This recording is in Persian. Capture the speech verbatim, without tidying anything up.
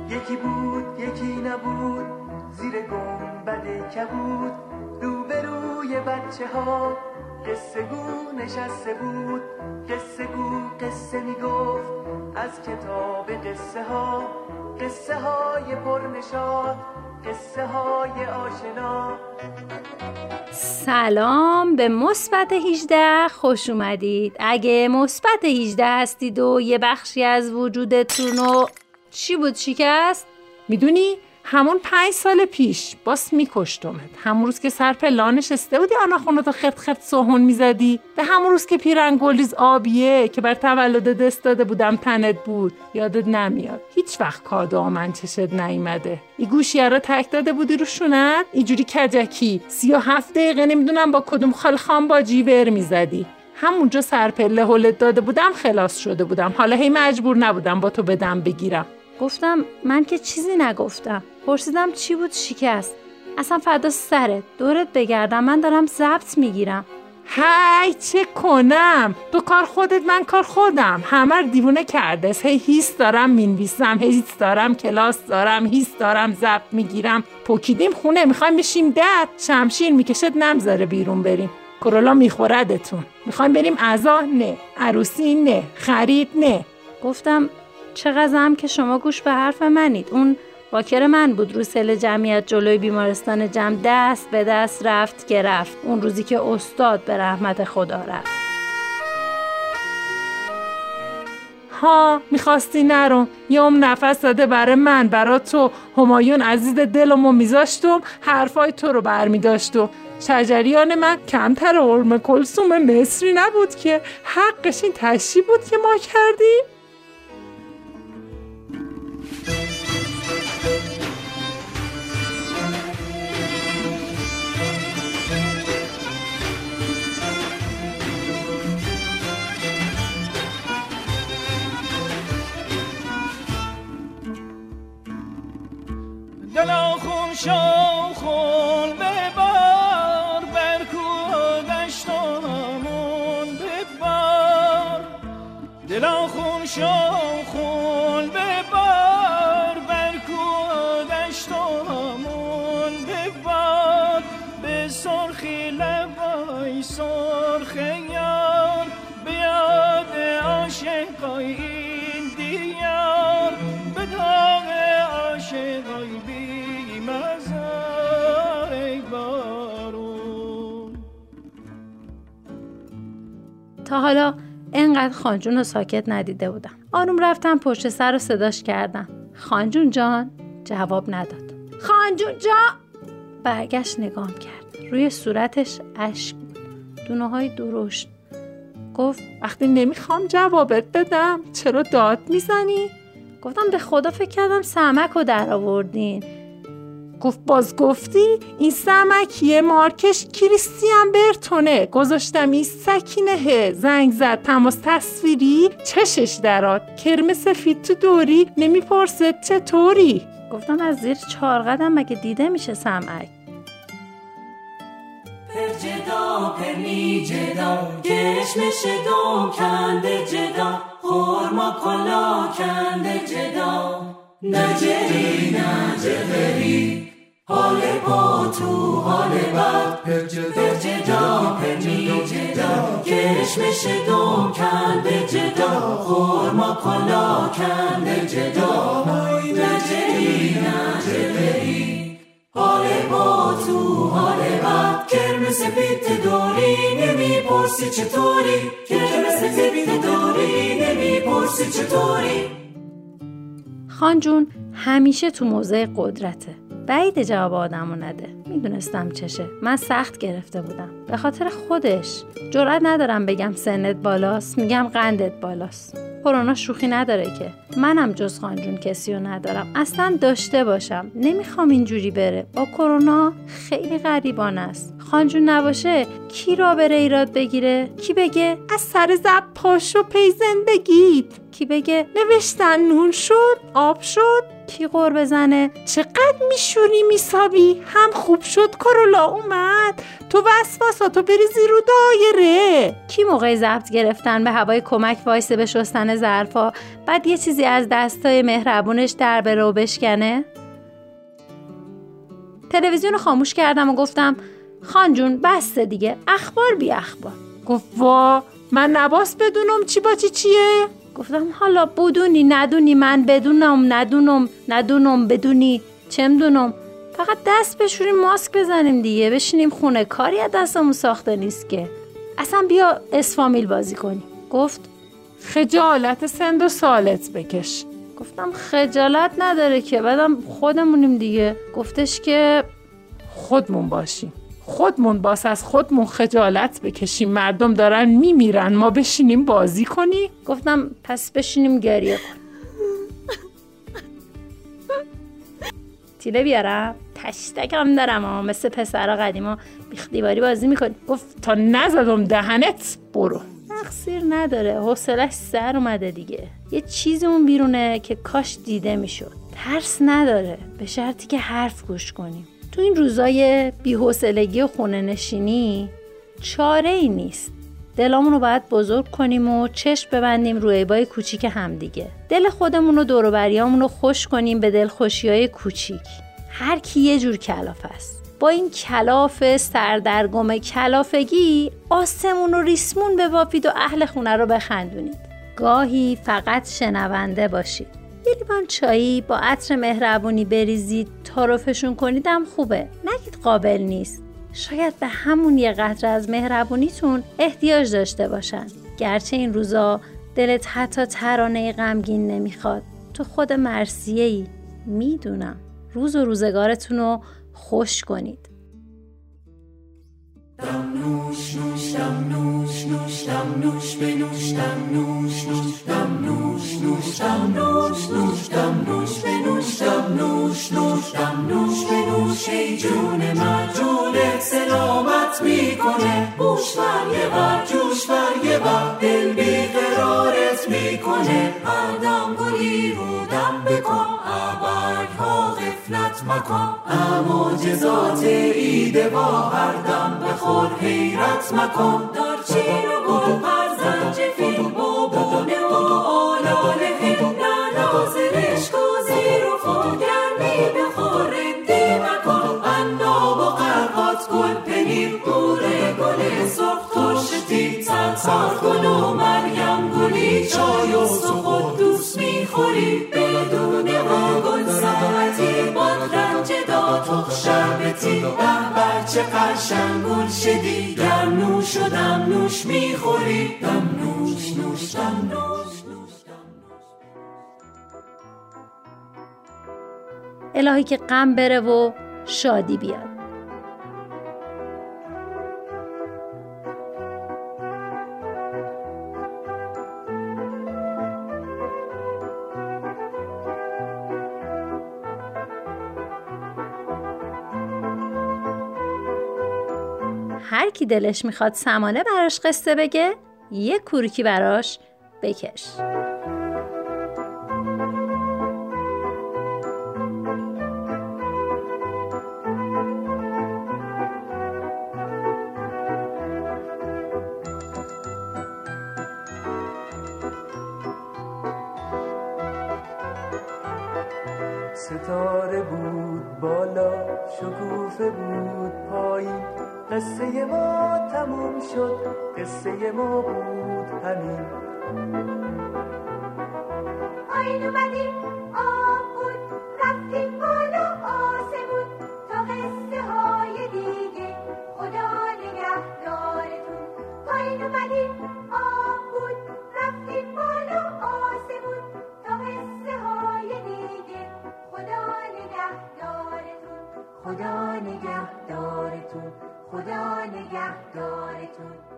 یکی بود یکی نبود زیر گنبد کبود روبروی بچه ها قصه گو نشسته بود قصه گو قصه میگفت از کتاب قصه ها قصه های پرنشاط قصه های آشنا. سلام به مثبت هجده خوش اومدید. اگه مثبت هجده هستید و یه بخشی از وجودتونو چی بود شکست؟ میدونی همون پنج سال پیش باس میکشتمت، همون روز که سر پلا نشسته بودی آنا خونتو خرت خرت سوهون میزدی، به همون روز که پیرنگولیز آبیه که بر تولد دست داده بودم تنت بود، یادت نمیاد؟ هیچ وقت کادو من چشت نیومده. ای گوشیه رو تک داده بودی رو شونت، اینجوری کجکی سی و هفت دقیقه نمیدونم با کدوم خال خان با جیور میزدی. همونجا سر پله هولت داده بودم خلاص شده بودم، حالا هی مجبور نبودم با تو بدم بگیرم. گفتم من که چیزی نگفتم. پرسیدم چی بود شکست؟ اصلا فدا سرت، دورت بگردم، من دارم ضبط میگیرم. هی چه کنم؟ تو کار خودت من کار خودم. همه رو دیوونه کرده. هی هیس دارم مینویسم، هیس دارم کلاس دارم، هیس دارم ضبط میگیرم. پوکیدیم خونه میخوایم بشیم در شمشیر میکشد نمذاره بیرون بریم. کرولا میخوردتون. میخوایم بریم عزا نه، عروسی نه، خرید نه. گفتم چقدرم که شما گوش به حرف منید. اون واکر من بود رو سل جمعیت جلوی بیمارستان جمع دست به دست رفت که رفت. اون روزی که استاد به رحمت خدا رفت. ها میخواستی نرو، یه ام نفس داده برای من، برای تو همایون عزیز دلمو میذاشتم، حرفای تو رو برمیداشتم. شجریان من کمتر ارم کلثوم مصری نبود که حقش این تشی بود که ما کردیم. دلا خون شو خون ببار بر کودشتامون ببار دلا خون شو خون ببار بر کودشتامون ببار به سرخی لبای سرخ یار بیاد عاشقای این دیار به داغ عاشقای تا حالا اینقدر خانجون رو ساکت ندیده بودم. آروم رفتم پشت سر رو صداش کردم. خانجون جان؟ جواب نداد. خانجون جان؟ برگشت نگام کرد. روی صورتش اشک بود، دونه های درشت. گفت وقتی نمیخوام جوابت بدم چرا داد میزنی؟ گفتم به خدا فکر کردم سمک رو در آوردین. گفت باز گفتی؟ این سمکیه، مارکش کریستیان برتونه، گذاشتم این سکینه. زنگ زد تماس تصویری، چشش درات کرم سفید تو دوری، نمیپرسه چطوری. گفتم از زیر چهار قدم مگه دیده میشه سمک؟ پر جدا پر نی جدا کشمش دو کنده جدا خورما کلا کنده جدا نجری نجری حال با تو حال بد پر جدا پر نی جدا کشمش دو کنده جدا خورما کلا کنده جدا نجری نجری حال با تو حال بد کرم سفید داری نمیپرسی چطوری کرم سفید داری نمیپرسی چطوری. خانجون همیشه تو موضع قدرته، بعید جواب آدمو نده. میدونستم چشه، من سخت گرفته بودم به خاطر خودش. جرئت ندارم بگم سنت بالاست، میگم قندت بالاست. کرونا شوخی نداره که، منم جز خانجون کسیو ندارم، اصلا داشته باشم نمیخوام اینجوری بره. با کرونا خیلی غریبانه است. خانجون نباشه کی را بره ایراد بگیره؟ کی بگه از سر زب پاشو پی زندگیت؟ کی بگه نوشتن نون شد، آب شد. کی غر بزنه چقدر میشوری میسابی، هم خوب شد کرولا اومد، تو وسواساتو بریزی رو دایره. کی موقع ضبط گرفتن به هوای کمک وایسه به شستن ظرفا، بعد یه چیزی از دستای مهربونش در بره و بشکنه؟ تلویزیون رو خاموش کردم و گفتم خان جون بسته دیگه، اخبار بی اخبار. گفت وا من نباس بدونم چی با چی چیه؟ گفتم حالا بدونی ندونی، من بدونم ندونم ندونم بدونی چه میدونم، فقط دست بشوریم ماسک بزنیم دیگه، بشینیم خونه، کاری از دستمون ساخته نیست که. اصلا بیا اسفامیل بازی کنیم. گفت خجالت سند و سالت بکش. گفتم خجالت نداره که، بعدم خودمونیم دیگه. گفتش که خودمون باشیم، خودمون باس از خودمون خجالت بکشیم، مردم دارن میمیرن ما بشینیم بازی کنی؟ گفتم پس بشینیم گریه کن. تیله بیارم؟ تشتکم دارم اما مثل پسرها قدیما بیخ دیواری بازی میکنی. گفت تا نزدم دهنت برو. تقصیر نداره، حوصله‌اش سر اومده دیگه. یه چیزی اون بیرونه که کاش دیده میشد. ترس نداره به شرطی که حرف گوش کنیم. تو این روزای بی‌حوصلگی و خونه نشینی چاره ای نیست. دلامون رو باید بزرگ کنیم و چشم ببندیم روی عیبای کوچیک همدیگه. دل خودمون و دور و بریامون رو خوش کنیم به دلخوشی‌های کوچیک. هر کی یه جور کلاف است. با این کلاف سردرگم کلافگی آسمون و ریسمون ببافید و اهل خونه رو بخندونید. گاهی فقط شنونده باشید. یه لیوان چایی با عطر مهربونی بریزید، تعارفشون کنیدم خوبه. نگید قابل نیست. شاید به همون یه قطره از مهربونیتون احتیاج داشته باشن. گرچه این روزا دلت حتی ترانه غمگین نمیخواد. تو خود مرثیه‌ای، میدونم. روز و روزگارتون رو خوش کنید. دم نوش نوش دم نوش نوش دم نوش بنوش دم نوش نوش دم نوش نوش دم نوش نوش دم نوش بنوش دم نوش نوش دم نوش بنوش ای جون من جونت سلامت میکنه، بوش بر یه بر جوش بر یه بر دل بیقرارت میکنه، هر دم گلی رو دم بکن ابرگ ها غفلت مکن، معجزات ایده با هر دم بخور حیرت مکن، دارچین و گل پرزن جفین بابونه و آلاله نه نازرشک و زیر و فوگرمی بخور اندی مکن، عناب و قرقات گل پنیر قوره گل سرخ ترشتی سرسار کن و مریم گلی چای و سخور دوست میخوری بدونه و گل ساعتی بادرنج داتخ شربتی به بچه قشنگ گل شدی گر نوش و دم نوش میخوری دم نوش نوش دم نوش نوش دم نوش. الهی که غم بره و شادی بیاد. هر کی دلش میخواد سمانه براش قصه بگه، یه کوریکی براش بکش. ستاره بود بالا، شکوفه بود پایین، قصه ما تموم شد، قصه ما بود همین. آین اومدیم آب بود، رفتیم بالا آسمون، تا قصه های دیگه خدا نگهدارتون. آین اومدیم آب بود، رفتیم بالا آسمون، تا قصه های دیگه خدا نگهدارتون. خدا نگهدارتون. خدا نگهدارتون.